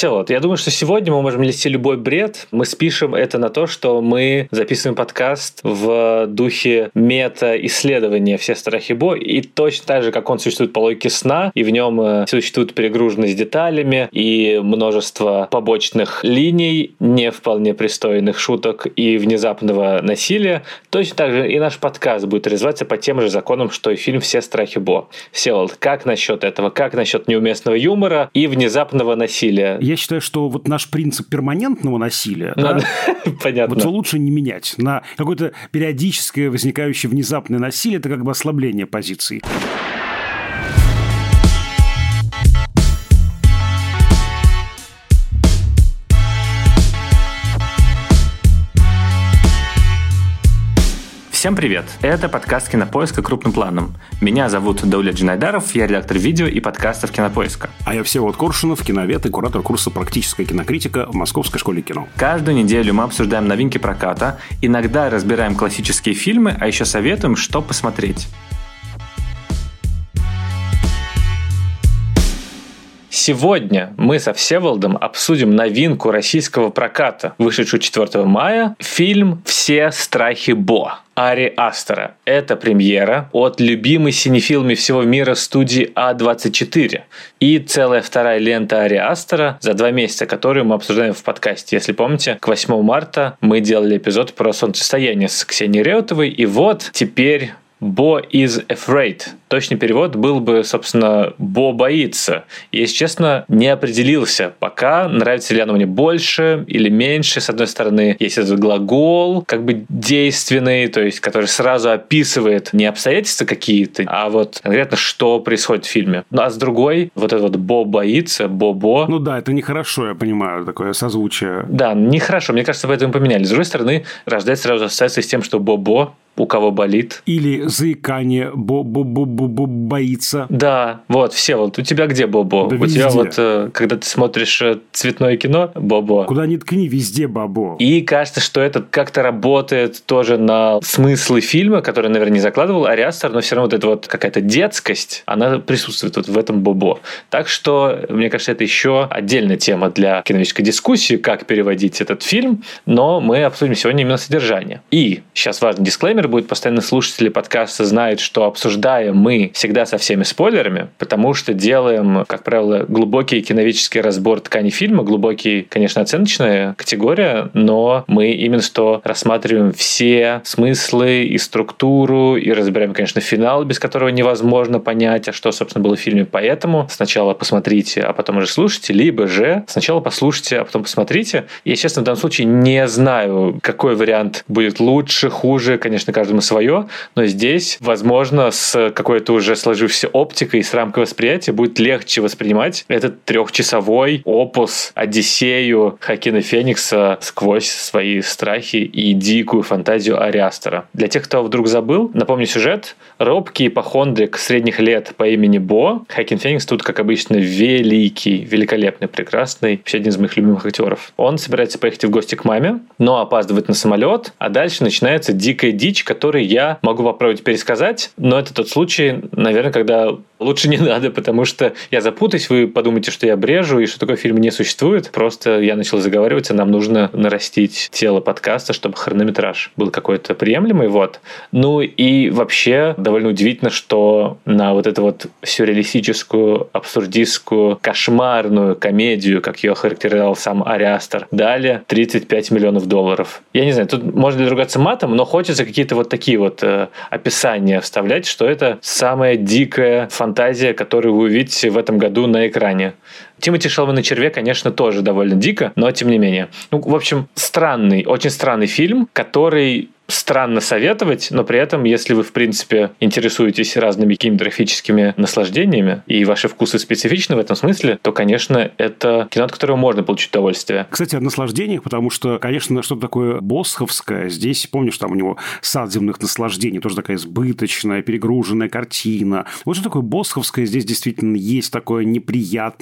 Всеволод, я думаю, что сегодня мы можем нести любой бред. Мы спишем это на то, что мы записываем подкаст в духе мета-исследования «Все страхи Бо», и точно так же, как он существует по логике сна, и в нем существует перегруженность деталями и множество побочных линий, не вполне пристойных шуток и внезапного насилия, точно так же и наш подкаст будет развиваться по тем же законам, что и фильм «Все страхи Бо». Всеволод, как насчет этого? Как насчет неуместного юмора и внезапного насилия? Я считаю, что вот наш принцип перманентного насилия, понятно. Вот лучше не менять. На какое-то периодическое возникающее внезапное насилие – это как бы ослабление позиций. Всем привет! Это подкаст «Кинопоиска. Крупным планом». Меня зовут Даулет Джинайдаров, я редактор видео и подкастов «Кинопоиска». А я Всеволод Коршунов, киновед и куратор курса «Практическая кинокритика» в Московской школе кино. Каждую неделю мы обсуждаем новинки проката, иногда разбираем классические фильмы, а еще советуем, что посмотреть. Сегодня мы со Всеволодом обсудим новинку российского проката, вышедшую 4 мая, фильм «Все страхи Бо» Ари Астера. Это премьера от любимой синефилами всего мира студии А24 и целая вторая лента Ари Астера за 2 месяца, которую мы обсуждаем в подкасте. Если помните, к 8 марта мы делали эпизод про солнцестояние с Ксенией Реутовой, и вот теперь Бо is afraid. Точный перевод был бы, собственно, Бо боится. Если честно, не определился пока, нравится ли оно мне больше или меньше. С одной стороны, есть этот глагол, как бы действенный, то есть, который сразу описывает не обстоятельства какие-то, а вот конкретно, что происходит в фильме. Ну, а с другой, вот это вот Бо боится, Бо-Бо. Ну да, это нехорошо, я понимаю, такое созвучие. Да, нехорошо. Мне кажется, поэтому поменяли. С другой стороны, рождается сразу ассоциация с тем, что Бо-Бо, у кого болит. Или заикание боится. Да, вот, все, вот у тебя где Бобо? Да у везде. тебя вот, когда ты смотришь цветное кино, Бобо. Куда ни ткни, везде бобо. И кажется, что это как-то работает тоже на смыслы фильма, который, наверное, не закладывал Ари Астер, но все равно вот эта вот какая-то детскость, она присутствует вот в этом Бобо. Так что, мне кажется, это еще отдельная тема для киновической дискуссии, как переводить этот фильм, но мы обсудим сегодня именно содержание. И сейчас важный дисклеймер будет: постоянно слушатели подкаста знают, что обсуждаем мы всегда со всеми спойлерами, потому что делаем, как правило, глубокий киновический разбор ткани фильма. Глубокий, конечно, оценочная категория, но мы именно что рассматриваем все смыслы и структуру, и разбираем, конечно, финал, без которого невозможно понять, а что, собственно, было в фильме. Поэтому сначала посмотрите, а потом уже слушайте, либо же сначала послушайте, а потом посмотрите. Я, честно, в данном случае не знаю, какой вариант будет лучше, хуже, конечно, каждому свое, но здесь, возможно, с какой-то уже сложившейся оптикой и с рамкой восприятия будет легче воспринимать этот 3-часовой опус, Одиссею Хоакина Феникса сквозь свои страхи и дикую фантазию Ари Астера. Для тех, кто вдруг забыл, напомню сюжет. Робкий ипохондрик средних лет по имени Бо. Хоакин Феникс тут, как обычно, великий, великолепный, прекрасный, вообще один из моих любимых актеров. Он собирается поехать в гости к маме, но опаздывает на самолет, а дальше начинается дикая дичь, который я могу попробовать пересказать, но это тот случай, наверное, когда лучше не надо, потому что я запутаюсь, вы подумаете, что я брежу и что такой фильм не существует. Просто я начал заговариваться, нам нужно нарастить тело подкаста, чтобы хронометраж был какой-то приемлемый. Вот. Ну и вообще довольно удивительно, что на вот эту вот сюрреалистическую, абсурдистскую, кошмарную комедию, как ее характеризовал сам Ари Астер, дали $35 миллионов. Я не знаю, тут можно ли ругаться матом, но хочется какие-то вот такие вот описания вставлять, что это самая дикая фантазия, которую вы увидите в этом году на экране. Тимоти Шаламе на черве, конечно, тоже довольно дико, но тем не менее. Ну, в общем, странный, очень странный фильм, который странно советовать, но при этом, если вы, в принципе, интересуетесь разными кинематографическими наслаждениями, и ваши вкусы специфичны в этом смысле, то, конечно, это кино, от которого можно получить удовольствие. Кстати, о наслаждениях, потому что, конечно, что-то такое босховское. Здесь, помнишь, там у него «Сад земных наслаждений», тоже такая избыточная, перегруженная картина. Вот что такое босховское здесь действительно есть, такое неприятное, вот какое-то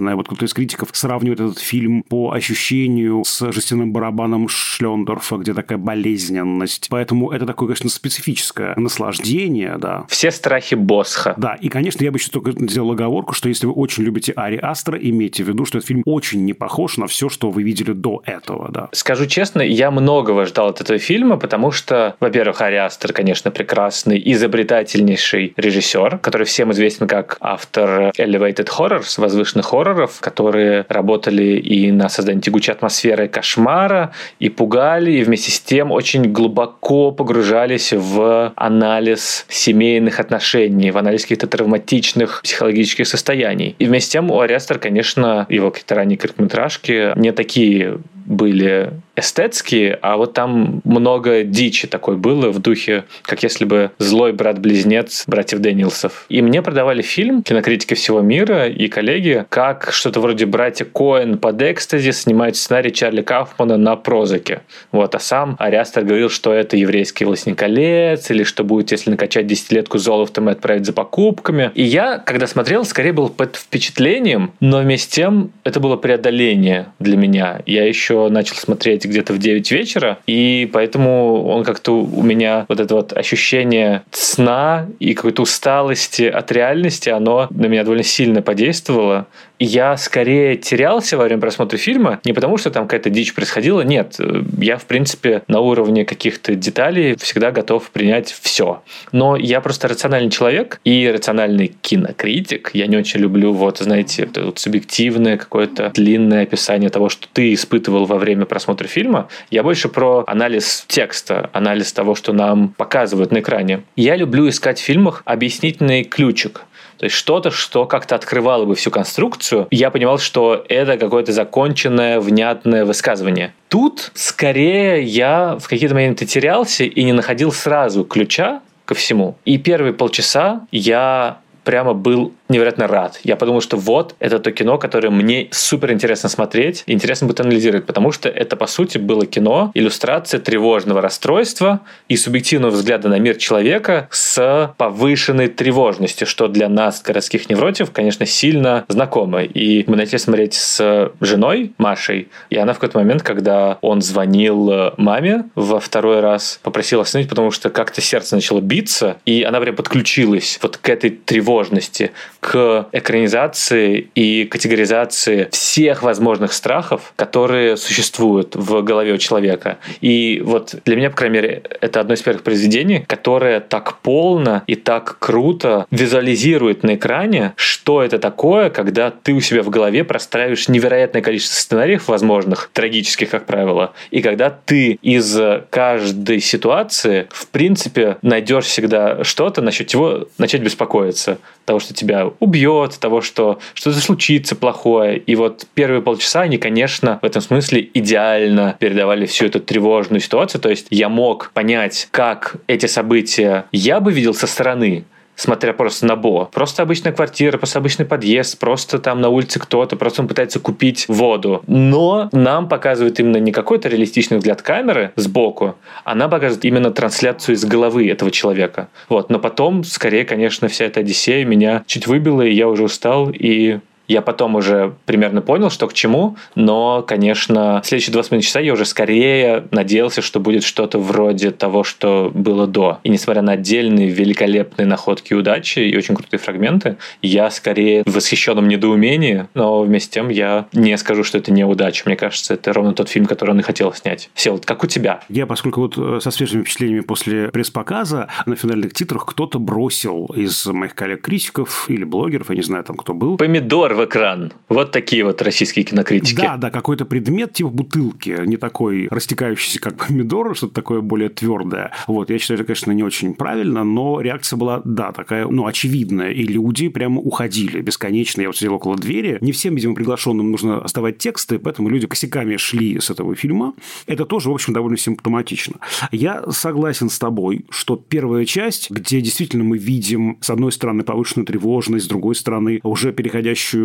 из критиков сравнивает этот фильм по ощущению с «Жестяным барабаном» Шлендорфа, где такая болезненность. Поэтому это такое, конечно, специфическое наслаждение, да. Все страхи Босха. Да, и, конечно, я бы еще только сделал оговорку, что если вы очень любите Ари Астера, имейте в виду, что этот фильм очень не похож на все, что вы видели до этого, да. Скажу честно, я многого ждал от этого фильма, потому что, во-первых, Ари Астер, конечно, прекрасный, изобретательнейший режиссер, который всем известен как автор Elevated Horrors, возвышенных хорроров, которые работали и на создании тягучей атмосферы кошмара, и пугали, и вместе с тем очень глубоко погружались в анализ семейных отношений, в анализ каких-то травматичных психологических состояний. И вместе с тем у Ари Астера, конечно, его какие-то ранние короткометражки не такие были эстетские, а вот там много дичи такой было в духе, как если бы злой брат-близнец братьев Дэниелсов. И мне продавали фильм кинокритики всего мира и коллеги, как что-то вроде «Братья Коэн под экстази» снимают сценарий Чарли Кауфмана на прозаке. Вот. А сам Ари Астер говорил, что это еврейский «Властелин колец», или что будет, если накачать десятилетку золотом и отправить за покупками. И я, когда смотрел, скорее был под впечатлением, но вместе с тем это было преодоление для меня. Я еще начал смотреть где-то в 9 вечера, и поэтому он как-то у меня вот это вот ощущение сна и какой-то усталости от реальности, оно на меня довольно сильно подействовало. И я скорее терялся во время просмотра фильма не потому, что там какая-то дичь происходила, нет. Я, в принципе, на уровне каких-то деталей всегда готов принять все. Но я просто рациональный человек и рациональный кинокритик. Я не очень люблю, вот, знаете, вот субъективное какое-то длинное описание того, что ты испытывал во время просмотра фильма. Я больше про анализ текста, анализ того, что нам показывают на экране. Я люблю искать в фильмах объяснительный ключик. То есть что-то, что как-то открывало бы всю конструкцию. Я понимал, что это какое-то законченное, внятное высказывание. Тут скорее я в какие-то моменты терялся и не находил сразу ключа ко всему. И первые полчаса я прямо был невероятно рад. Я подумал, что вот, это то кино, которое мне супер интересно смотреть, и интересно будет анализировать, потому что это, по сути, было кино, иллюстрация тревожного расстройства и субъективного взгляда на мир человека с повышенной тревожностью, что для нас, городских невротиков, конечно, сильно знакомо. И мы начали смотреть с женой, Машей, и она в какой-то момент, когда он звонил маме во второй раз, попросила остановить, потому что как-то сердце начало биться, и она прям подключилась вот к этой тревожности, к экранизации и категоризации всех возможных страхов, которые существуют в голове у человека. И вот для меня, по крайней мере, это одно из первых произведений, которое так полно и так круто визуализирует на экране, что это такое, когда ты у себя в голове простраиваешь невероятное количество сценариев возможных, трагических, как правило, и когда ты из каждой ситуации, в принципе, найдешь всегда что-то, насчет чего начать беспокоиться. Того, что тебя убьет, того, что что-то случится плохое. И вот первые полчаса они, конечно, в этом смысле идеально передавали всю эту тревожную ситуацию. То есть я мог понять, как эти события я бы видел со стороны, смотря просто на Бо. Просто обычная квартира, просто обычный подъезд, просто там на улице кто-то, просто он пытается купить воду. Но нам показывают именно не какой-то реалистичный взгляд камеры сбоку, а нам показывают именно трансляцию из головы этого человека. Вот. Но потом, скорее, конечно, вся эта Одиссея меня чуть выбила, и я уже устал, и я потом уже примерно понял, что к чему, но, конечно, в следующие 20 часа я уже скорее надеялся, что будет что-то вроде того, что было до. И несмотря на отдельные великолепные находки и удачи и очень крутые фрагменты, я скорее в восхищенном недоумении, но вместе с тем я не скажу, что это неудача. Мне кажется, это ровно тот фильм, который он и хотел снять. Всеволод, как у тебя? Я, поскольку вот со свежими впечатлениями после пресс-показа на финальных титрах кто-то бросил из моих коллег-критиков или блогеров, я не знаю, там кто был. Помидор в экран. Вот такие вот российские кинокритики. Да, какой-то предмет типа бутылки, не такой растекающийся, как помидор, что-то такое более твердое. Вот, я считаю, это, конечно, не очень правильно, но реакция была, да, такая, очевидная. И люди прямо уходили бесконечно. Я вот сидел около двери. Не всем, видимо, приглашенным нужно оставать тексты, поэтому люди косяками шли с этого фильма. Это тоже, в общем, довольно симптоматично. Я согласен с тобой, что первая часть, где действительно мы видим, с одной стороны, повышенную тревожность, с другой стороны, уже переходящую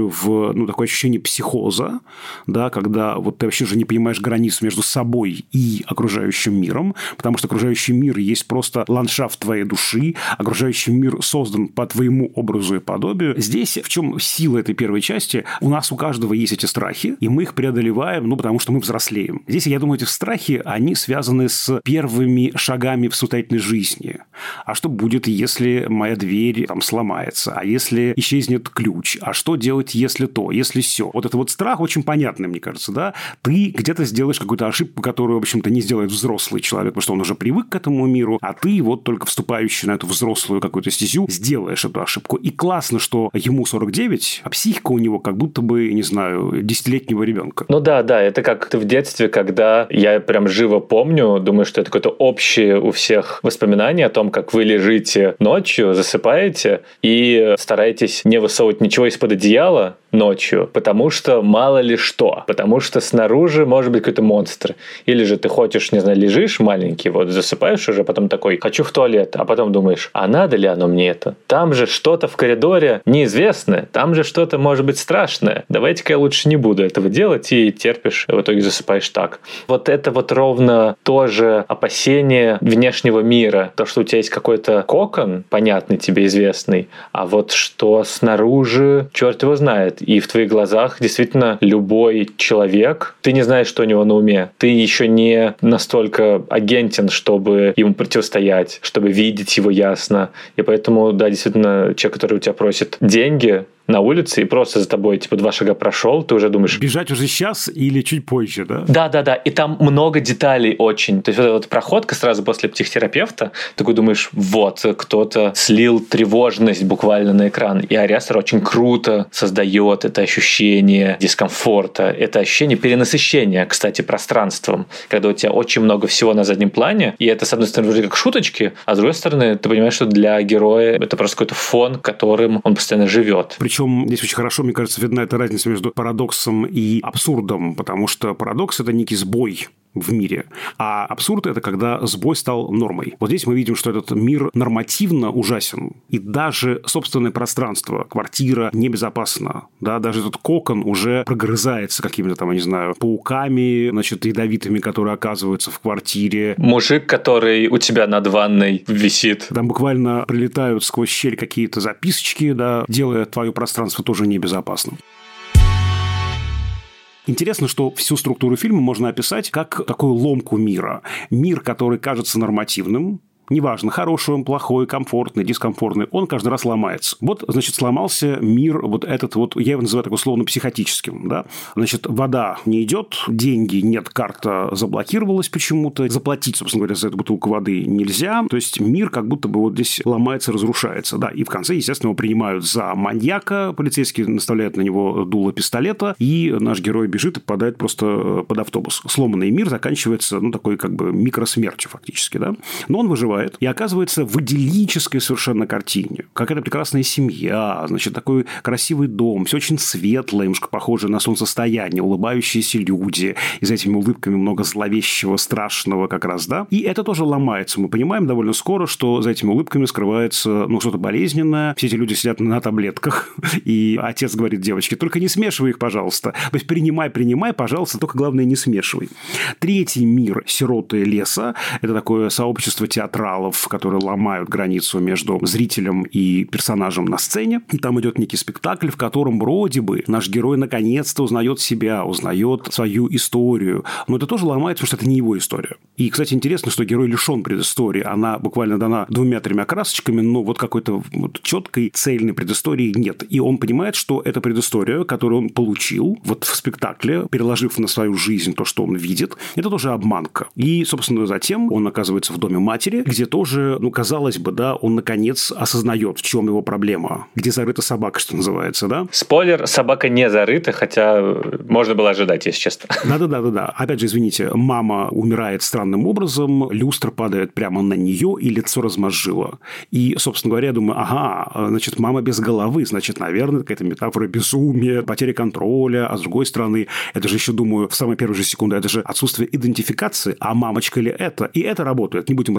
ситуацию в, такое ощущение психоза, да, когда вот ты вообще же не понимаешь границу между собой и окружающим миром, потому что окружающий мир есть просто ландшафт твоей души, окружающий мир создан по твоему образу и подобию. Здесь в чем сила этой первой части? У нас у каждого есть эти страхи, и мы их преодолеваем, потому что мы взрослеем. Здесь, я думаю, эти страхи, они связаны с первыми шагами в самостоятельной жизни. А что будет, если моя дверь там сломается? А если исчезнет ключ? А что делать, если то, если сё? Вот это вот страх очень понятный, мне кажется, да? Ты где-то сделаешь какую-то ошибку, которую, в общем-то, не сделает взрослый человек, потому что он уже привык к этому миру, а ты вот только вступающий на эту взрослую какую-то стезю сделаешь эту ошибку. И классно, что ему 49, а психика у него как будто бы, не знаю, 10-летнего ребенка. Ну да, это как ты в детстве, когда я прям живо помню, думаю, что это какое-то общее у всех воспоминание о том, как вы лежите ночью, засыпаете и стараетесь не высовывать ничего из-под одеяла ночью, потому что мало ли что, потому что снаружи может быть какой-то монстр. Или же ты хочешь, не знаю, лежишь маленький, вот засыпаешь уже, потом такой, хочу в туалет, а потом думаешь, а надо ли оно мне это? Там же что-то в коридоре неизвестное, там же что-то может быть страшное. Давайте-ка я лучше не буду этого делать, и терпишь, и в итоге засыпаешь так. Вот это вот ровно тоже опасение внешнего мира, то, что у тебя есть какой-то кокон, понятный тебе, известный, а вот что снаружи, черт его знает. И в твоих глазах действительно любой человек, ты не знаешь, что у него на уме. Ты еще не настолько агентен, чтобы ему противостоять, чтобы видеть его ясно. И поэтому, да, действительно, человек, который у тебя просит деньги на улице и просто за тобой, 2 шага прошел, ты уже думаешь... Бежать уже сейчас или чуть позже, да? Да. И там много деталей очень. То есть вот эта вот проходка сразу после психотерапевта, такой думаешь, вот, кто-то слил тревожность буквально на экран. И Ари Астер очень круто создает это ощущение дискомфорта, это ощущение перенасыщения, кстати, пространством. Когда у тебя очень много всего на заднем плане, и это, с одной стороны, вроде как шуточки, а с другой стороны, ты понимаешь, что для героя это просто какой-то фон, которым он постоянно живет. Причем здесь очень хорошо, мне кажется, видна эта разница между парадоксом и абсурдом, потому что парадокс – это некий сбой в мире. А абсурд – это когда сбой стал нормой. Вот здесь мы видим, что этот мир нормативно ужасен. И даже собственное пространство, квартира небезопасна. Да? Даже этот кокон уже прогрызается какими-то там, я не знаю, пауками, ядовитыми, которые оказываются в квартире. Мужик, который у тебя над ванной висит. Там буквально прилетают сквозь щель какие-то записочки, да, делая твое пространство тоже небезопасным. Интересно, что всю структуру фильма можно описать как такую ломку мира. Мир, который кажется нормативным, неважно, хороший он, плохой, комфортный, дискомфортный, он каждый раз ломается. Вот, значит, сломался мир вот этот вот, я его называю так условно психотическим, да. Значит, вода не идет, деньги нет, карта заблокировалась почему-то, заплатить, собственно говоря, за эту бутылку воды нельзя. То есть, мир как будто бы вот здесь ломается, разрушается, да. И в конце, естественно, его принимают за маньяка, полицейские наставляют на него дуло пистолета, и наш герой бежит и попадает просто под автобус. Сломанный мир заканчивается, такой как бы микросмертью фактически, да. Но он выживает и оказывается в идиллической совершенно картине. Какая-то прекрасная семья, значит, такой красивый дом, все очень светлое, немножко похоже на солнцестояние, улыбающиеся люди, и за этими улыбками много зловещего, страшного как раз, да. И это тоже ломается. Мы понимаем довольно скоро, что за этими улыбками скрывается, что-то болезненное. Все эти люди сидят на таблетках, и отец говорит девочке, только не смешивай их, пожалуйста. То есть, принимай, пожалуйста, только главное не смешивай. Третий мир сироты леса – это такое сообщество театралов, которые ломают границу между зрителем и персонажем на сцене. И там идет некий спектакль, в котором вроде бы наш герой наконец-то узнает себя, узнает свою историю. Но это тоже ломается, потому что это не его история. И, кстати, интересно, что герой лишен предыстории. Она буквально дана 2-3 красочками, но вот какой-то четкой, цельной предыстории нет. И он понимает, что эта предыстория, которую он получил вот в спектакле, переложив на свою жизнь то, что он видит, это тоже обманка. И, собственно, затем он оказывается в доме матери, где тоже, казалось бы, да, он наконец осознает, в чем его проблема. Где зарыта собака, что называется, да? Спойлер, собака не зарыта, хотя можно было ожидать, если честно. Да. Опять же, извините, мама умирает странным образом, люстра падает прямо на нее, и лицо размозжило. И, собственно говоря, я думаю, значит, мама без головы, значит, наверное, какая-то метафора безумия, потеря контроля, а с другой стороны, это же еще, думаю, в самой первой же секунде, это же отсутствие идентификации, а мамочка ли это? И это работает, не будем раскрывать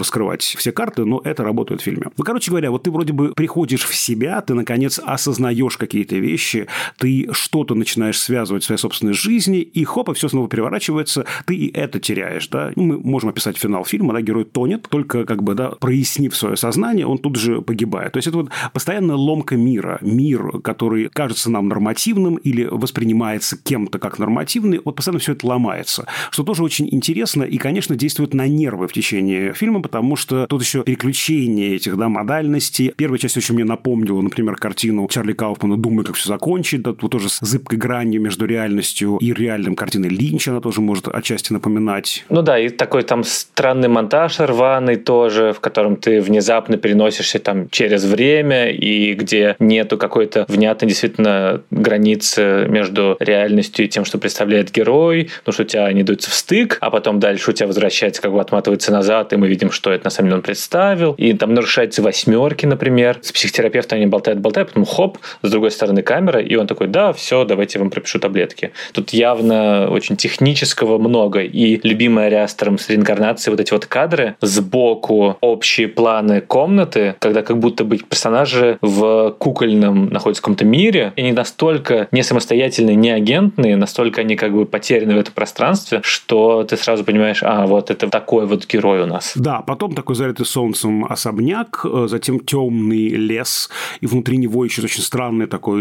все карты, но это работает в фильме. Ну, короче говоря, вот ты вроде бы приходишь в себя, ты, наконец, осознаешь какие-то вещи, ты что-то начинаешь связывать в своей собственной жизни, и хоп, и все снова переворачивается, ты и это теряешь, да. Ну, мы можем описать финал фильма, да, герой тонет, только как бы, да, прояснив свое сознание, он тут же погибает. То есть, это вот постоянная ломка мира. Мир, который кажется нам нормативным или воспринимается кем-то как нормативный, вот постоянно все это ломается. Что тоже очень интересно и, конечно, действует на нервы в течение фильма, потому что тут еще переключение этих, да, модальностей. Первая часть очень мне напомнила, например, картину Чарли Кауфмана «Думай, как все закончить». Да, тут тоже с зыбкой гранью между реальностью и реальным картиной Линча она тоже может отчасти напоминать. Ну да, и такой там странный монтаж рваный тоже, в котором ты внезапно переносишься там через время, и где нету какой-то внятной действительно границы между реальностью и тем, что представляет герой, потому что у тебя они идут в стык, а потом дальше у тебя возвращается, как бы отматывается назад, и мы видим, что это на самом деле он представил. И там нарушаются восьмерки, например. С психотерапевтом они болтают, потом хоп, с другой стороны камера, и он такой: да, все, давайте я вам пропишу таблетки. Тут явно очень технического много. И любимая Ари Астером с реинкарнацией вот эти вот кадры сбоку, общие планы комнаты, когда как будто бы персонажи в кукольном находятся в каком-то мире, и они настолько не самостоятельные, не агентные, настолько они как бы потеряны в этом пространстве, что ты сразу понимаешь, вот это такой вот герой у нас. Да, потом такой залитый солнцем особняк, затем темный лес, и внутри него еще очень странный такой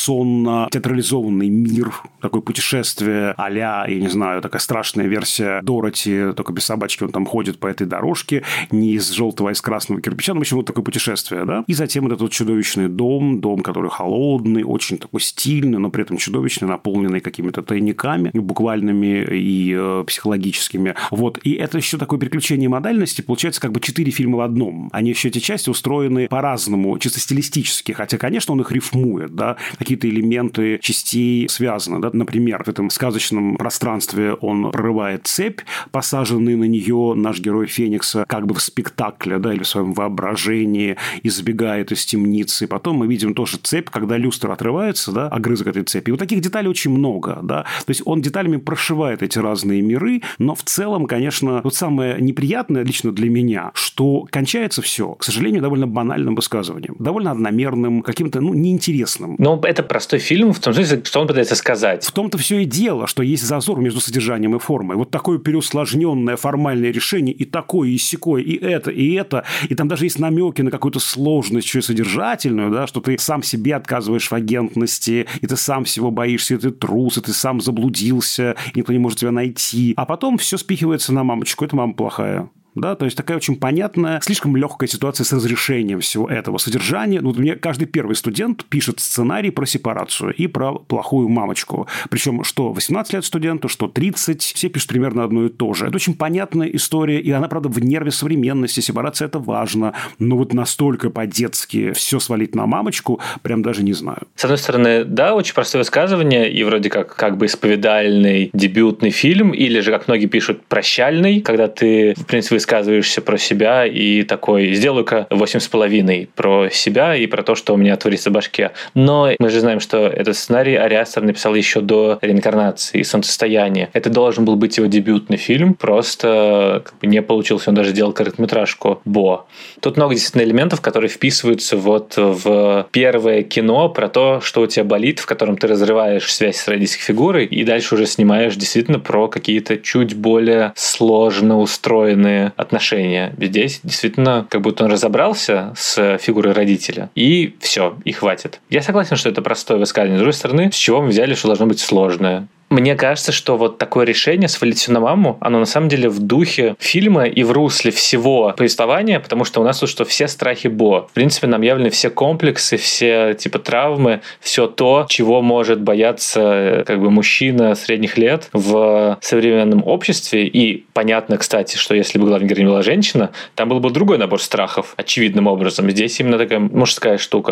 анимационно-театрализованный мир, такое путешествие а-ля, я не знаю, такая страшная версия Дороти, только без собачки он там ходит по этой дорожке, не из желтого, а из красного кирпича, ну, в общем, вот такое путешествие, да. И затем вот этот чудовищный дом, который холодный, очень такой стильный, но при этом чудовищный, наполненный какими-то тайниками, буквальными и психологическими. Вот. И это еще такое переключение модальности, получается как бы 4 фильма в одном. Они еще эти части устроены по-разному, чисто стилистически, хотя, конечно, он их рифмует, да, какие-то элементы частей связаны, да. Например, в этом сказочном пространстве он прорывает цепь, посаженный на нее наш герой Феникса как бы в спектакле, да, или в своем воображении, и забегает из темницы. Потом мы видим тоже цепь, когда люстра отрывается, да, огрызок этой цепи. И вот таких деталей очень много, да. То есть он деталями прошивает эти разные миры, но в целом, конечно, вот самое неприятное лично для меня, что кончается все, к сожалению, довольно банальным высказыванием, довольно одномерным, каким-то, неинтересным. Но это простой фильм в том смысле, что он пытается сказать. В том-то все и дело, что есть зазор между содержанием и формой. Вот такое переусложненное формальное решение, и такое, и сякое, и это, и там даже есть намеки на какую-то сложность, еще и содержательную, да, что ты сам себе отказываешь в агентности, и ты сам всего боишься, и ты трус, и ты сам заблудился, и никто не может тебя найти. А потом все спихивается на мамочку. Это мама плохая. Да, то есть такая очень понятная, слишком легкая ситуация с разрешением всего этого содержания. Вот мне каждый первый студент пишет сценарий про сепарацию и про плохую мамочку. Причем что 18 лет студенту, что 30, все пишут примерно одно и то же. Это очень понятная история, и она, правда, в нерве современности. Сепарация – это важно, но вот настолько по-детски все свалить на мамочку, прям даже не знаю. С одной стороны, да, очень простое высказывание, и вроде как бы исповедальный дебютный фильм, или же, как многие пишут, прощальный, когда ты, в принципе, высказываешься про себя и такой: сделаю-ка 8,5 про себя и про то, что у меня творится в башке. Но мы же знаем, что этот сценарий Ари Астер написал еще до реинкарнации и солнцестояния. Это должен был быть его дебютный фильм, просто как бы не получился. Он даже делал короткометражку «Бо». Тут много действительно элементов, которые вписываются вот в первое кино про то, что у тебя болит, в котором ты разрываешь связь с родительской фигурой, и дальше уже снимаешь действительно про какие-то чуть более сложно устроенные отношения. Здесь действительно как будто он разобрался с фигурой родителя, и все, и хватит. Я согласен, что это простое высказывание. С другой стороны, с чего мы взяли, что должно быть сложное? Мне кажется, что вот такое решение свалить все на маму, оно на самом деле в духе фильма и в русле всего повествования, потому что у нас тут что все страхи Бо. В принципе, нам явлены все комплексы, все типа травмы, все то, чего может бояться как бы мужчина средних лет в современном обществе. И понятно, кстати, что если бы главной героиней была женщина, там был бы другой набор страхов, очевидным образом. Здесь именно такая мужская штука.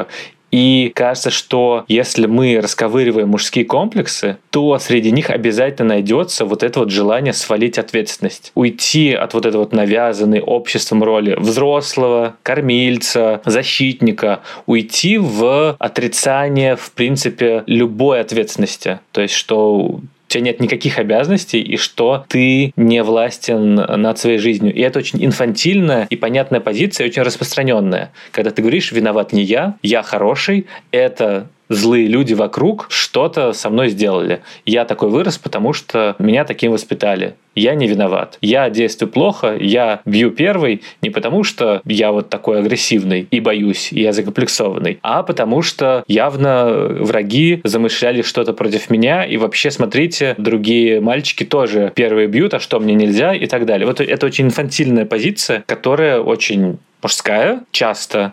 И кажется, что если мы расковыриваем мужские комплексы, то среди них обязательно найдется вот это вот желание свалить ответственность. Уйти от вот этой вот навязанной обществом роли взрослого, кормильца, защитника. Уйти в отрицание, в принципе, любой ответственности. То есть, что у тебя нет никаких обязанностей, и что ты не властен над своей жизнью. И это очень инфантильная и понятная позиция, очень распространенная. Когда ты говоришь: виноват не я хороший, это злые люди вокруг что-то со мной сделали. Я такой вырос, потому что меня таким воспитали. Я не виноват. Я действую плохо, я бью первый не потому, что я вот такой агрессивный и боюсь, и я закомплексованный, а потому что явно враги замышляли что-то против меня, и вообще, смотрите, другие мальчики тоже первые бьют, а что мне нельзя, и так далее. Вот это очень инфантильная позиция, которая очень мужская часто,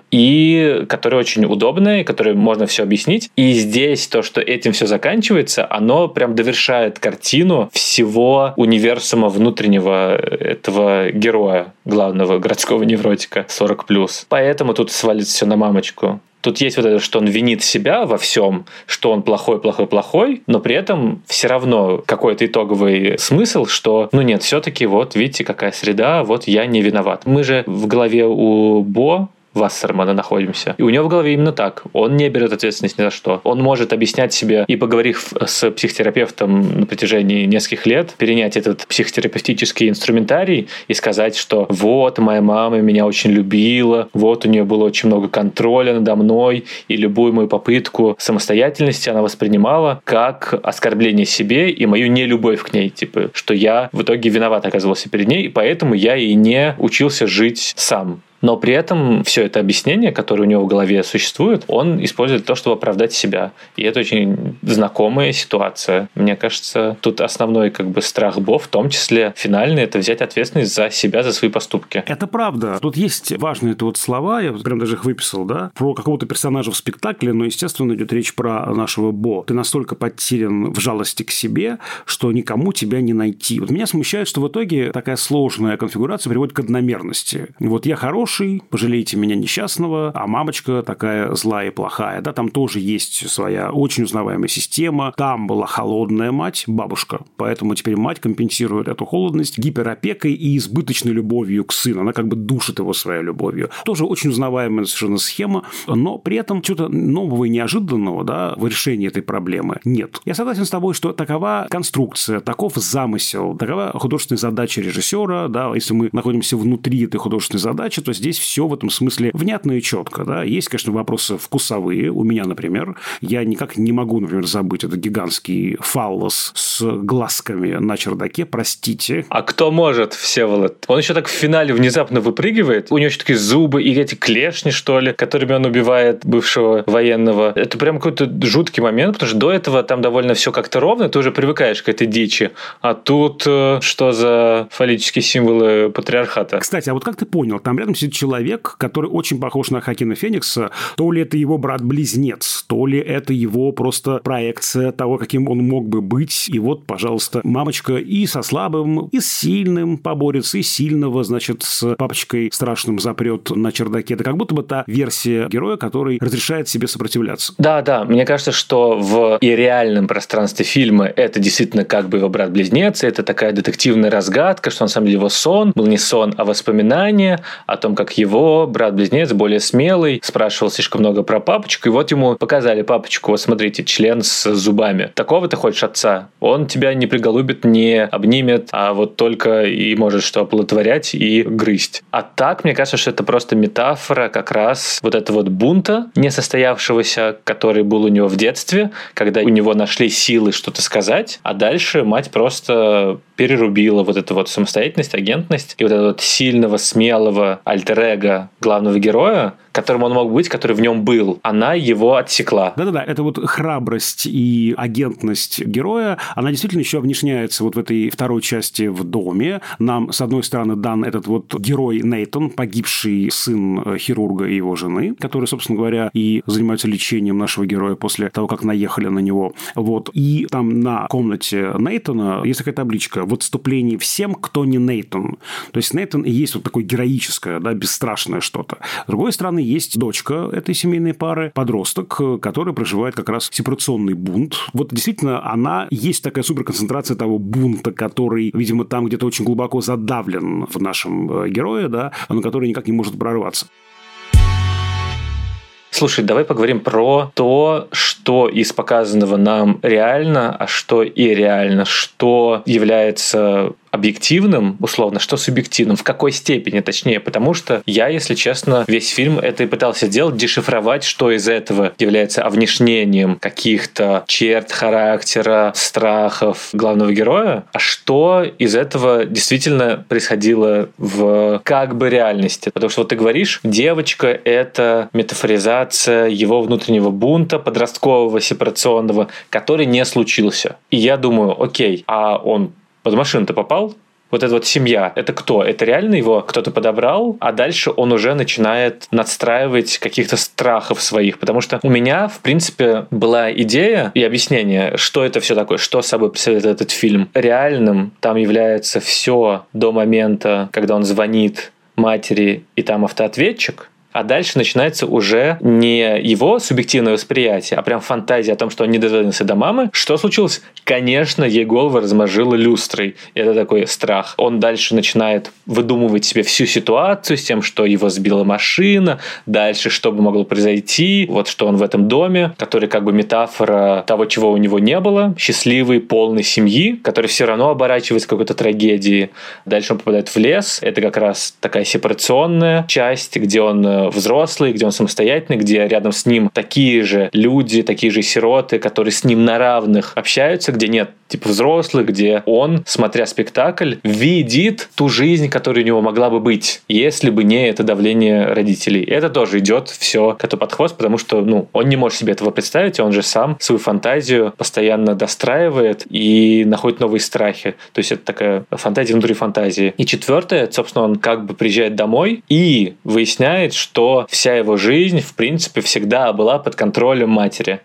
и которая очень удобная, и которой можно все объяснить. И здесь то, что этим все заканчивается, оно прям довершает картину всего универсума внутреннего этого героя, главного городского невротика 40+. Поэтому тут свалится все на мамочку. Тут есть вот это, что он винит себя во всем, что он плохой, но при этом все равно какой-то итоговый смысл, что, нет, все-таки вот видите, какая среда, вот я не виноват. Мы же в голове у Бо Вассермана находимся. И у него в голове именно так. Он не берет ответственность ни за что. Он может объяснять себе и, поговорив с психотерапевтом на протяжении нескольких лет, перенять этот психотерапевтический инструментарий и сказать, что вот, моя мама меня очень любила, вот у нее было очень много контроля надо мной, и любую мою попытку самостоятельности она воспринимала как оскорбление себе и мою нелюбовь к ней. Типа, что я в итоге виноват оказывался перед ней, и поэтому я и не учился жить сам. Но при этом все это объяснение, которое у него в голове существует, он использует для того, чтобы оправдать себя. И это очень знакомая ситуация. Мне кажется, тут основной страх Бо, в том числе финальный, это взять ответственность за себя, за свои поступки. Это правда. Тут есть важные слова, я прям даже их выписал, да, про какого-то персонажа в спектакле, но, естественно, идет речь про нашего Бо. Ты настолько потерян в жалости к себе, что никому тебя не найти. Вот меня смущает, что в итоге такая сложная конфигурация приводит к одномерности. Вот я хороший, пожалейте меня несчастного, а мамочка такая злая и плохая. Да, там тоже есть своя очень узнаваемая система. Там была холодная мать, бабушка. Поэтому теперь мать компенсирует эту холодность гиперопекой и избыточной любовью к сыну. Она душит его своей любовью. Тоже очень узнаваемая совершенно схема, но при этом чего-то нового и неожиданного, да, в решении этой проблемы нет. Я согласен с тобой, что такова конструкция, таков замысел, такова художественная задача режиссера. Да, если мы находимся внутри этой художественной задачи, то здесь все в этом смысле внятно и четко. Да? Есть, конечно, вопросы вкусовые. У меня, например, я никак не могу, например, забыть этот гигантский фаллос с глазками на чердаке. Простите. А кто может, Всеволод? Он еще так в финале внезапно выпрыгивает. У него еще такие зубы и эти клешни, что ли, которыми он убивает бывшего военного. Это прям какой-то жуткий момент, потому что до этого там довольно все как-то ровно, ты уже привыкаешь к этой дичи. А тут что за фаллические символы патриархата? Кстати, а вот как ты понял, там рядом сидит человек, который очень похож на Хоакина Феникса. То ли это его брат-близнец, то ли это его просто проекция того, каким он мог бы быть. И вот, пожалуйста, мамочка и со слабым, и с сильным поборется, и сильного, значит, с папочкой страшным запрет на чердаке. Это как будто бы та версия героя, который разрешает себе сопротивляться. Да, мне кажется, что в и реальном пространстве фильма это действительно его брат-близнец, это такая детективная разгадка, что на самом деле его сон был не сон, а воспоминание о том, как его брат-близнец, более смелый, спрашивал слишком много про папочку, и вот ему показали папочку, вот смотрите, член с зубами. Такого ты хочешь отца? Он тебя не приголубит, не обнимет, а вот только и может что оплодотворять и грызть. А так, мне кажется, что это просто метафора как раз вот этого бунта несостоявшегося, который был у него в детстве, когда у него нашли силы что-то сказать, а дальше мать просто перерубила вот эту самостоятельность, агентность и вот этого сильного, смелого альтер-эго главного героя, которым он мог быть, который в нем был, она его отсекла. Да-да-да, это храбрость и агентность героя, она действительно еще внешняется в этой второй части в доме. Нам, с одной стороны, дан этот герой Нейтан, погибший сын хирурга и его жены, которые, собственно говоря, и занимаются лечением нашего героя после того, как наехали на него. И там на комнате Нейтана есть такая табличка: в отступлении всем, кто не Нейтан. То есть Нейтан и есть такое героическое, да, бесстрашное что-то. С другой стороны, есть дочка этой семейной пары, подросток, который проживает как раз сепарационный бунт. Действительно, она есть такая суперконцентрация того бунта, который, видимо, там где-то очень глубоко задавлен в нашем герое, да, но который никак не может прорваться. Слушай, давай поговорим про то, что из показанного нам реально, а что ирреально, что является объективным, условно, что субъективным, в какой степени, точнее, потому что я, если честно, весь фильм это и пытался делать, дешифровать, что из этого является овнешнением каких-то черт характера, страхов главного героя, а что из этого действительно происходило в как бы реальности. Потому что вот ты говоришь, девочка — это метафоризация его внутреннего бунта, подросткового, сепарационного, который не случился. И я думаю, окей, а он под машину-то попал? Вот эта вот семья, это кто? Это реально его кто-то подобрал, а дальше он уже начинает надстраивать каких-то страхов своих. Потому что у меня, в принципе, была идея и объяснение, что это все такое, что собой представляет этот фильм. Реальным там является все до момента, когда он звонит матери, и там автоответчик. А дальше начинается уже не его субъективное восприятие, а прям фантазия о том, что он не дозвонился до мамы. Что случилось? Конечно, ей голову размажило люстрой. Это такой страх. Он дальше начинает выдумывать себе всю ситуацию с тем, что его сбила машина, дальше что бы могло произойти, вот что он в этом доме, который как бы метафора того, чего у него не было, счастливой, полной семьи, который все равно оборачивается какой-то трагедией. Дальше он попадает в лес. Это как раз такая сепарационная часть, где он взрослый, где он самостоятельный, где рядом с ним такие же люди, такие же сироты, которые с ним на равных общаются, где нет типа взрослых, где он, смотря спектакль, видит ту жизнь, которая у него могла бы быть, если бы не это давление родителей. Это тоже идет все коту под хвост, потому что, он не может себе этого представить, он же сам свою фантазию постоянно достраивает и находит новые страхи. То есть это такая фантазия внутри фантазии. И четвертое, собственно, он как бы приезжает домой и выясняет, что вся его жизнь, в принципе, всегда была под контролем матери,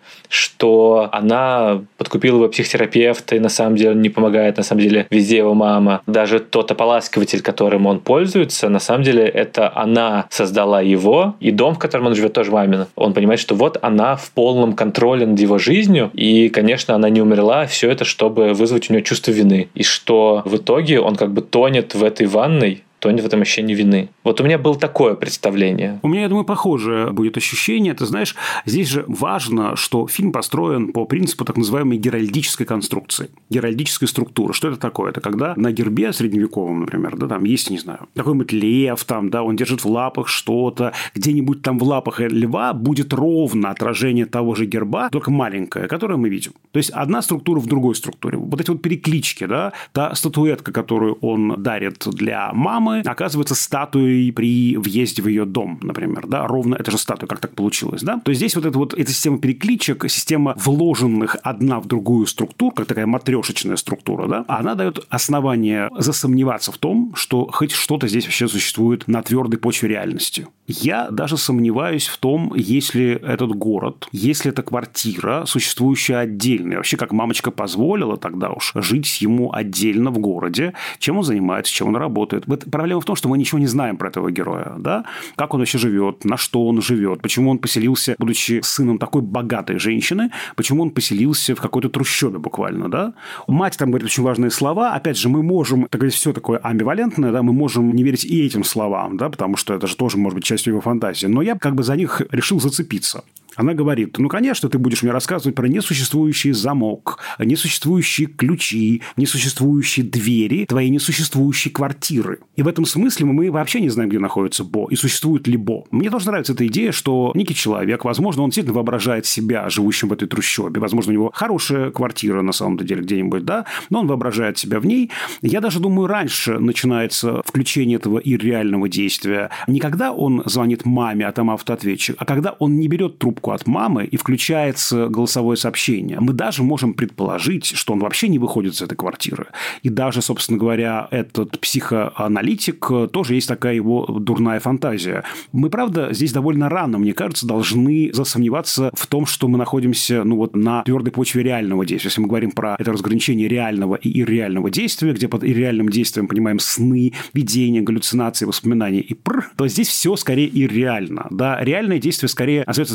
что она подкупила его психотерапевта и на самом деле не помогает, на самом деле везде его мама. Даже тот ополаскиватель, которым он пользуется, на самом деле это она создала его, и дом, в котором он живет, тоже мамин. Он понимает, что вот она в полном контроле над его жизнью, и, конечно, она не умерла, все это, чтобы вызвать у него чувство вины. И что в итоге он как бы тонет в этой ванной, тонет в этом ощущении вины. Вот у меня было такое представление. У меня, я думаю, похожее будет ощущение. Ты знаешь, здесь же важно, что фильм построен по принципу так называемой геральдической конструкции, геральдической структуры. Что это такое? Это когда на гербе средневековом, например, там есть, не знаю, какой-нибудь лев, он держит в лапах что-то, где-нибудь там в лапах льва будет ровно отражение того же герба, только маленькое, которое мы видим. То есть одна структура в другой структуре. Вот эти вот переклички, та статуэтка, которую он дарит для мамы, оказывается статуей при въезде в ее дом, например, ровно это же статуя, как так получилось, То есть здесь эта система перекличек, система вложенных одна в другую структур, как такая матрешечная структура, она дает основание засомневаться в том, что хоть что-то здесь вообще существует на твердой почве реальности. Я даже сомневаюсь в том, если этот город, если эта квартира, существующая отдельно, и вообще как мамочка позволила тогда уж жить ему отдельно в городе, чем он занимается, чем он работает. Проблема в том, что мы ничего не знаем про этого героя, как он вообще живет, на что он живет, почему он поселился, будучи сыном такой богатой женщины, почему он поселился в какой-то трущобе буквально, Мать там говорит очень важные слова, опять же, мы можем, так сказать, все такое амбивалентное, мы можем не верить и этим словам, потому что это же тоже может быть частью его фантазии, но я как бы за них решил зацепиться. Она говорит, конечно, ты будешь мне рассказывать про несуществующий замок, несуществующие ключи, несуществующие двери, твои несуществующие квартиры. И в этом смысле мы вообще не знаем, где находится Бо и существует ли Бо. Мне тоже нравится эта идея, что некий человек, возможно, он действительно воображает себя живущим в этой трущобе. Возможно, у него хорошая квартира на самом деле где-нибудь, но он воображает себя в ней. Я даже думаю, раньше начинается включение этого ирреального действия. Не когда он звонит маме, а там автоответчик, а когда он не берет трубку от мамы и включается голосовое сообщение. Мы даже можем предположить, что он вообще не выходит из этой квартиры. И даже, собственно говоря, этот психоаналитик тоже есть такая его дурная фантазия. Мы, правда, здесь довольно рано, мне кажется, должны засомневаться в том, что мы находимся на твердой почве реального действия. Если мы говорим про это разграничение реального и ирреального действия, где под ирреальным действием понимаем сны, видения, галлюцинации, воспоминания и то здесь все скорее ирреально. Реальное действие скорее остается за скобками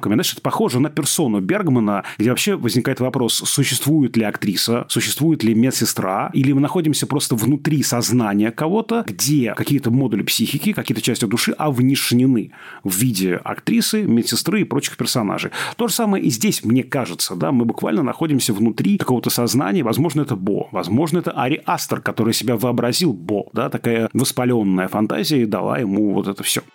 намеками. Знаешь, это похоже на персону Бергмана, где вообще возникает вопрос, существует ли актриса, существует ли медсестра, или мы находимся просто внутри сознания кого-то, где какие-то модули психики, какие-то части души овнешнены в виде актрисы, медсестры и прочих персонажей. То же самое и здесь, мне кажется, да, мы буквально находимся внутри какого-то сознания, возможно, это Бо, возможно, это Ари Астер, который себя вообразил Бо, да, такая воспаленная фантазия и дала ему вот это все.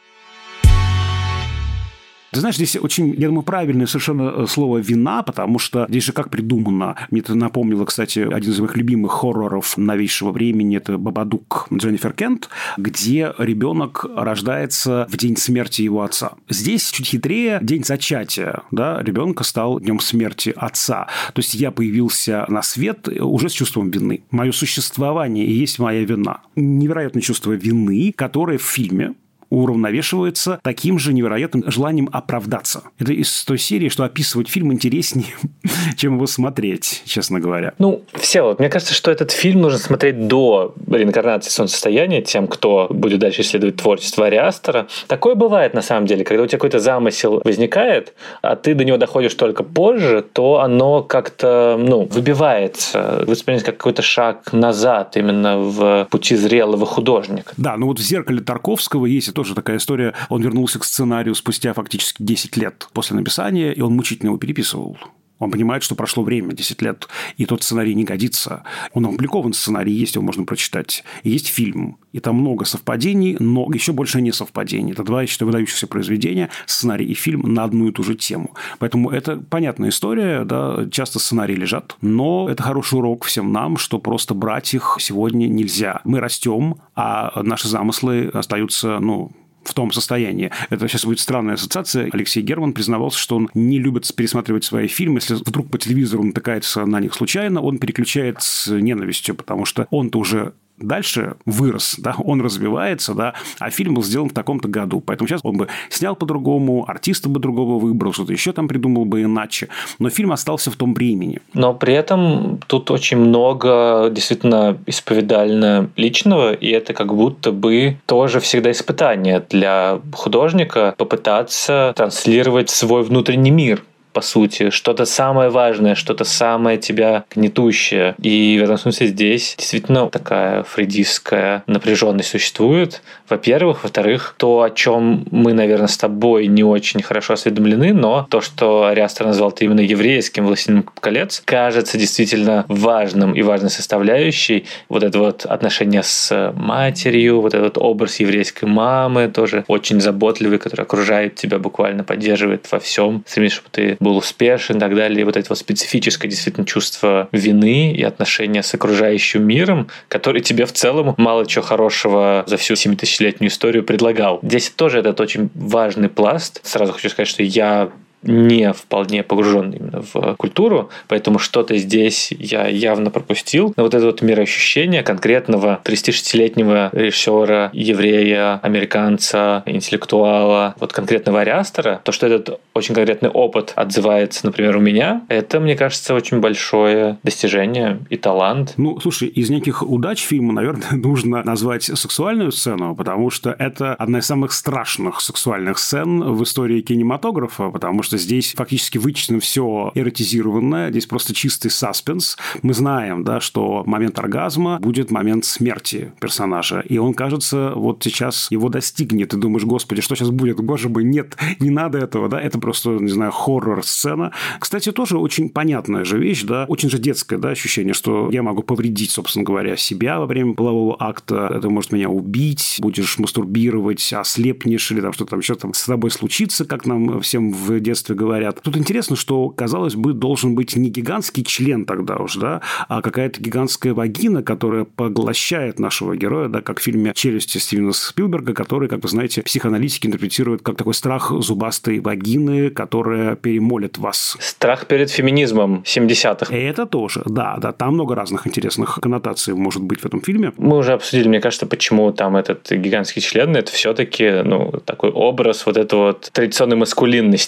Ты знаешь, здесь очень, я думаю, правильное совершенно слово «вина», потому что здесь же как придумано. Мне это напомнило, кстати, один из моих любимых хорроров новейшего времени. Это «Бабадук» Дженнифер Кент, где ребенок рождается в день смерти его отца. Здесь чуть хитрее день зачатия, да, ребенка стал днем смерти отца. То есть я появился на свет уже с чувством вины. Мое существование и есть моя вина. Невероятное чувство вины, которое в фильме уравновешивается таким же невероятным желанием оправдаться. Это из той серии, что описывать фильм интереснее, чем его смотреть, честно говоря. Ну, Всеволод, мне кажется, что этот фильм нужно смотреть до реинкарнации солнцестояния тем, кто будет дальше исследовать творчество Ари Астера. Такое бывает, на самом деле, когда у тебя какой-то замысел возникает, а ты до него доходишь только позже, то оно как-то, выбивается, воспринимается как какой-то шаг назад именно в пути зрелого художника. Да, вот в «Зеркале» Тарковского есть тоже такая история. Он вернулся к сценарию спустя фактически 10 лет после написания, и он мучительно его переписывал. Он понимает, что прошло время, 10 лет, и тот сценарий не годится. Он опубликован, сценарий есть, его можно прочитать. И есть фильм, и там много совпадений, но еще больше несовпадений. Это два, я считаю, выдающихся произведения, сценарий и фильм на одну и ту же тему. Поэтому это понятная история, да, часто сценарии лежат, но это хороший урок всем нам, что просто брать их сегодня нельзя. Мы растем, а наши замыслы остаются, в том состоянии. Это сейчас будет странная ассоциация. Алексей Герман признавался, что он не любит пересматривать свои фильмы. Если вдруг по телевизору натыкается на них случайно, он переключает с ненавистью, потому что он-то уже дальше вырос, да, он развивается, да, а фильм был сделан в таком-то году. Поэтому сейчас он бы снял по-другому, артиста бы другого выбрал, что-то еще там придумал бы иначе. Но фильм остался в том времени. Но при этом тут очень много действительно исповедально личного, и это как будто бы тоже всегда испытание для художника попытаться транслировать свой внутренний мир. По сути, что-то самое важное, что-то самое тебя гнетущее. И в этом смысле здесь действительно такая фрейдистская напряженность существует. Во-первых. Во-вторых, то, о чем мы, наверное, с тобой не очень хорошо осведомлены, но то, что Ари Астер назвал ты именно еврейским «Властелином колец», кажется действительно важным и важной составляющей. Вот это вот отношение с матерью, вот этот образ еврейской мамы, тоже очень заботливый, который окружает тебя, буквально поддерживает во всем, стремится, чтобы ты был успешен и так далее. И вот это вот специфическое действительно чувство вины и отношения с окружающим миром, который тебе в целом мало чего хорошего за всю 7000-летнюю историю предлагал. Здесь тоже этот очень важный пласт. Сразу хочу сказать, что я не вполне погружен именно в культуру, поэтому что-то здесь я явно пропустил. Но вот это вот мироощущение конкретного 36-летнего режиссера, еврея, американца, интеллектуала, вот конкретного Ари Астера, то, что этот очень конкретный опыт отзывается, например, у меня, это, мне кажется, очень большое достижение и талант. Слушай, из неких удач фильма, наверное, нужно назвать сексуальную сцену, потому что это одна из самых страшных сексуальных сцен в истории кинематографа, потому что здесь фактически вычислено все эротизированное, здесь просто чистый саспенс. Мы знаем, да, что момент оргазма будет момент смерти персонажа, и он, кажется, вот сейчас его достигнет. Ты думаешь, господи, что сейчас будет? Боже мой, нет, не надо этого, да, это просто, не знаю, хоррор-сцена. Кстати, тоже очень понятная же вещь, да, очень же детское, да, ощущение, что я могу повредить, собственно говоря, себя во время полового акта, это может меня убить, будешь мастурбировать, ослепнешь, или там что-то там еще там с тобой случится, как нам всем в детстве говорят. Тут интересно, что, казалось бы, должен быть не гигантский член тогда уж, да, а какая-то гигантская вагина, которая поглощает нашего героя, да, как в фильме «Челюсти» Стивена Спилберга, который, как вы знаете, психоаналитики интерпретируют как такой страх зубастой вагины, которая перемолит вас. Страх перед феминизмом 70-х. Это тоже, да, там много разных интересных коннотаций может быть в этом фильме. Мы уже обсудили, мне кажется, почему там этот гигантский член, это все-таки, такой образ вот этой вот традиционной маскулинности,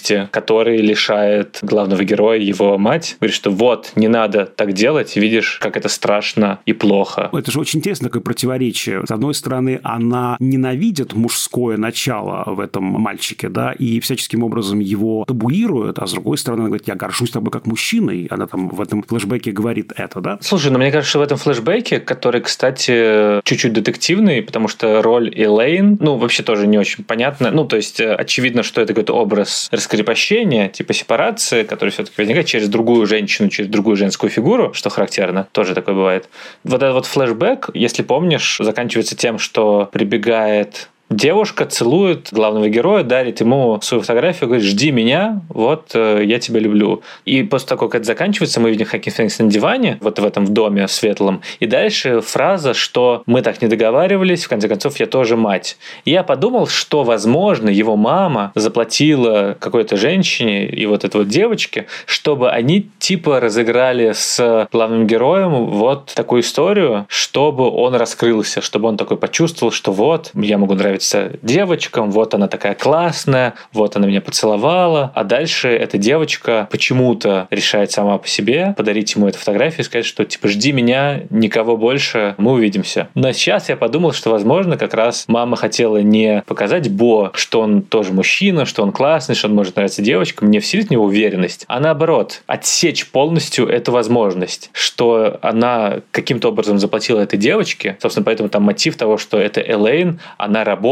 который лишает главного героя, его мать. Говорит, что вот, не надо так делать, видишь, как это страшно и плохо. Это же очень интересно, такое противоречие. С одной стороны, она ненавидит мужское начало в этом мальчике, да, и всяческим образом его табуирует, а с другой стороны, она говорит, я горжусь тобой как мужчиной. Она там в этом флешбеке говорит это, да? Слушай, мне кажется, что в этом флешбеке, который, кстати, чуть-чуть детективный, потому что роль Элейн, вообще тоже не очень понятна. То есть, очевидно, что это какой-то образ раскрепощения, типа сепарации, который все-таки возникает через другую женщину, через другую женскую фигуру, что характерно, тоже такое бывает. Вот этот вот флешбэк, если помнишь, заканчивается тем, что прибегает девушка, целует главного героя, дарит ему свою фотографию, говорит, жди меня, вот, я тебя люблю. И после того, как это заканчивается, мы видим Хоакин Феникс на диване, вот в этом доме светлом, и дальше фраза, что мы так не договаривались, в конце концов, я тоже мать. И я подумал, что, возможно, его мама заплатила какой-то женщине и вот этой вот девочке, чтобы они типа разыграли с главным героем вот такую историю, чтобы он раскрылся, чтобы он такой почувствовал, что вот, я могу нравиться девочкам, вот она такая классная, вот она меня поцеловала, а дальше эта девочка почему-то решает сама по себе подарить ему эту фотографию и сказать, что типа жди меня, никого больше, мы увидимся. Но сейчас я подумал, что возможно как раз мама хотела не показать Бо, что он тоже мужчина, что он классный, что он может нравиться девочкам, не вселить в него уверенность, а наоборот, отсечь полностью эту возможность, что она каким-то образом заплатила этой девочке, собственно, поэтому там мотив того, что это Элейн, она работала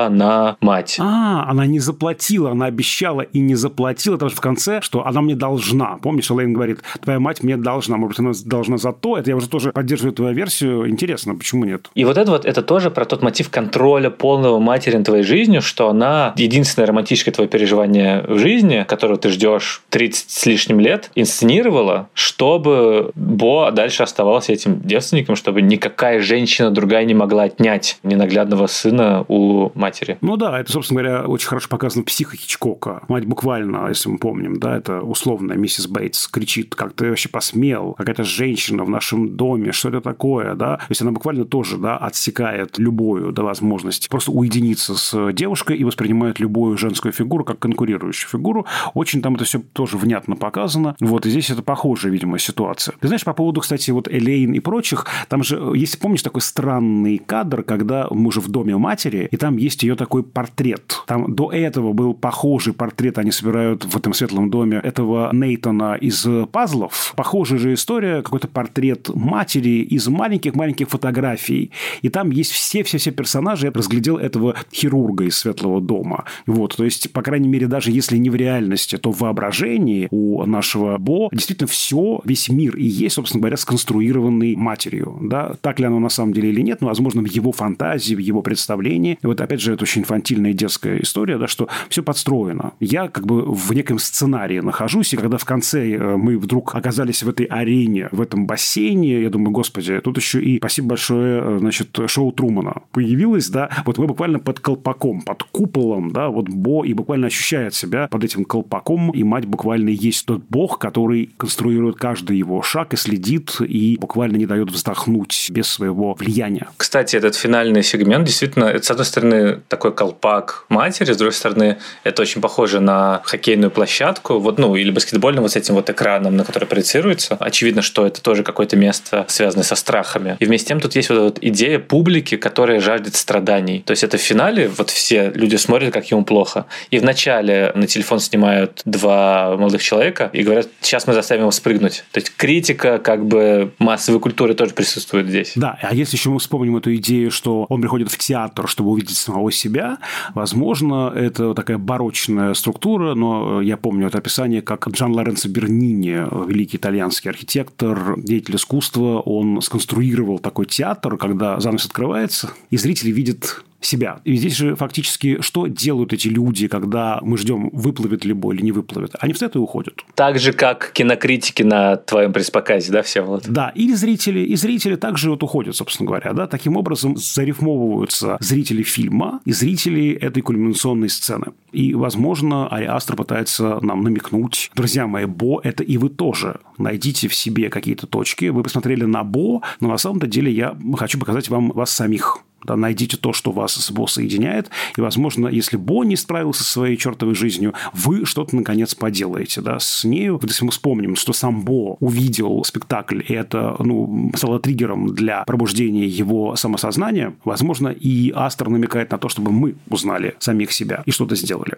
на мать. Она не заплатила, она обещала и не заплатила, потому что в конце, что она мне должна. Помнишь, Элейн говорит, твоя мать мне должна, может быть, она должна за то. Это я уже тоже поддерживаю твою версию. Интересно, почему нет? И вот это тоже про тот мотив контроля полного матери над твоей жизнью, что она единственное романтическое твое переживание в жизни, которого ты ждешь 30 с лишним лет, инсценировала, чтобы Бо дальше оставался этим девственником, чтобы никакая женщина другая не могла отнять ненаглядного сына у матери. Да, это, собственно говоря, очень хорошо показано в «Психо» Хичкока. Мать буквально, если мы помним, да, это условная миссис Бейтс кричит, как ты вообще посмел, какая-то женщина в нашем доме, что это такое, да? То есть она буквально тоже, да, отсекает любую, да, возможность просто уединиться с девушкой и воспринимает любую женскую фигуру как конкурирующую фигуру. Очень там это все тоже внятно показано. Вот, и здесь это похожая, видимо, ситуация. Ты знаешь, по поводу, кстати, вот Элейн и прочих, там же, если помнишь, такой странный кадр, когда мы уже в доме матери, и там есть ее такой портрет. Там до этого был похожий портрет, они собирают в этом светлом доме этого Нейтана из пазлов. Похожая же история, какой-то портрет матери из маленьких-маленьких фотографий. И там есть все персонажи. Я разглядел этого хирурга из светлого дома. Вот, то есть, по крайней мере, даже если не в реальности, то в воображении у нашего Бо действительно все, весь мир и есть, собственно говоря, сконструированный матерью. Да? Так ли оно на самом деле или нет, но, возможно, в его фантазии, в его представлении. И вот, опять же, это очень инфантильная детская история, да, что все подстроено. Я как бы в неком сценарии нахожусь, и когда в конце мы вдруг оказались в этой арене, в этом бассейне, я думаю, господи, тут еще и, спасибо большое, значит, шоу Трумана появилось, да, вот мы буквально под колпаком, под куполом, да, вот Бо и буквально ощущает себя под этим колпаком, и мать буквально есть тот бог, который конструирует каждый его шаг и следит, и буквально не дает вздохнуть без своего влияния. Кстати, этот финальный сегмент, действительно, это, с одной стороны, такой колпак матери, с другой стороны, это очень похоже на хоккейную площадку, вот, или баскетбольную, вот с этим вот экраном, на который проецируется. Очевидно, что это тоже какое-то место, связанное со страхами. И вместе с тем тут есть вот идея публики, которая жаждет страданий. То есть это в финале вот все люди смотрят, как ему плохо. И в начале на телефон снимают два молодых человека и говорят, сейчас мы заставим его спрыгнуть. То есть критика как бы массовой культуры тоже присутствует здесь. Да, а если еще мы вспомним эту идею, что он приходит в театр, чтобы увидеть самого себя, возможно, это такая барочная структура, но я помню это описание, как Джан Лоренцо Бернини, великий итальянский архитектор, деятель искусства, он сконструировал такой театр, когда занавес открывается, и зрители видят себя. И здесь же фактически что делают эти люди, когда мы ждем, выплывет ли Бо или не выплывет? Они встают и уходят. Так же, как кинокритики на твоем пресс-показе, да, Всеволод? Да, и зрители также вот уходят, собственно говоря. Да? Таким образом зарифмовываются зрители фильма и зрители этой кульминационной сцены. И, возможно, Ари Астер пытается нам намекнуть, друзья мои, Бо – это и вы тоже. Найдите в себе какие-то точки. Вы посмотрели на Бо, но на самом-то деле я хочу показать вам вас самих. Да, найдите то, что вас с Бо соединяет, и, возможно, если Бо не справился со своей чертовой жизнью, вы что-то, наконец, поделаете. Да, с нею. Вот если мы вспомним, что сам Бо увидел спектакль, и это стало триггером для пробуждения его самосознания, возможно, и Астер намекает на то, чтобы мы узнали самих себя и что-то сделали.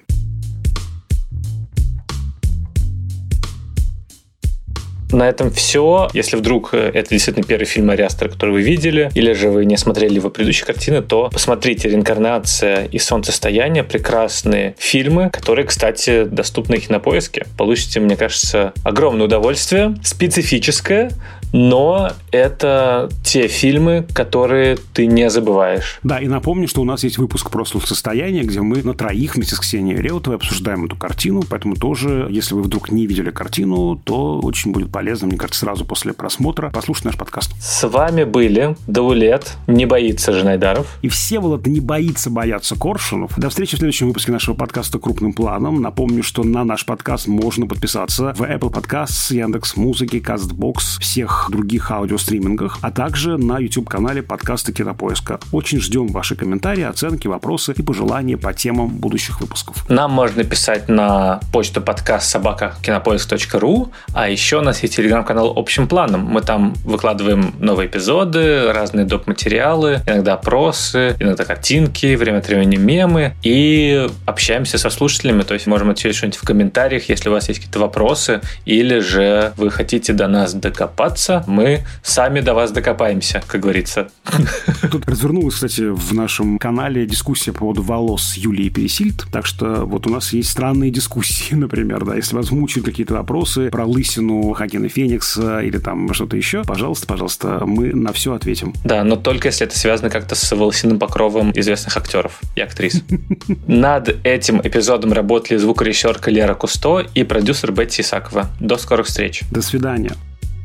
На этом все. Если вдруг это действительно первый фильм Ари Астера, который вы видели, или же вы не смотрели его предыдущие картины, то посмотрите «Реинкарнация» и «Солнцестояние». Прекрасные фильмы, которые, кстати, доступны на Кинопоиске. Получите, мне кажется, огромное удовольствие. Специфическое, но это те фильмы, которые ты не забываешь. Да, и напомню, что у нас есть выпуск про «Солнцестояние», где мы на троих вместе с Ксенией Реутовой обсуждаем эту картину, поэтому тоже, если вы вдруг не видели картину, то очень будет полезно, мне кажется, сразу после просмотра послушать наш подкаст. С вами были Даулет, не боится Жанайдаров. И Всеволод не бояться Коршунов. До встречи в следующем выпуске нашего подкаста «Крупным планом». Напомню, что на наш подкаст можно подписаться в Apple Podcasts, Яндекс.Музыке, Castbox, всех других аудиостримингах, а также на YouTube-канале подкаста Кинопоиска. Очень ждем ваши комментарии, оценки, вопросы и пожелания по темам будущих выпусков. Нам можно писать на почту подкаст@кинопоиск.ру, а еще у нас есть телеграм-канал «Общим планом». Мы там выкладываем новые эпизоды, разные доп. Материалы, иногда опросы, иногда картинки, время от времени мемы, и общаемся со слушателями, то есть можем ответить что-нибудь в комментариях, если у вас есть какие-то вопросы, или же вы хотите до нас докопаться, мы сами до вас докопаемся, как говорится. Тут развернулась, кстати, в нашем канале дискуссия по поводу волос Юлии Пересильд, так что вот у нас есть странные дискуссии, например, да, если вас мучают какие-то вопросы про лысину Хоакина Феникса или там что-то еще, пожалуйста, мы на все ответим. Да, но только если это связано как-то с волосяным покровом известных актеров и актрис. Над этим эпизодом работали звукорежиссерка Лера Кусто и продюсер Бетти Исакова. До скорых встреч. До свидания.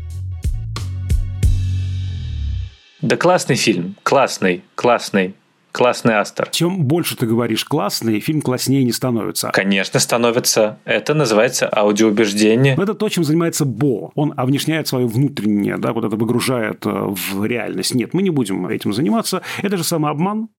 Да классный фильм. Классный Астер. Чем больше ты говоришь классный, фильм класснее не становится. Конечно, становится. Это называется аудиоубеждение. Это то, чем занимается Бо. Он овнешняет свое внутреннее, да, вот это выгружает в реальность. Нет, мы не будем этим заниматься. Это же самообман.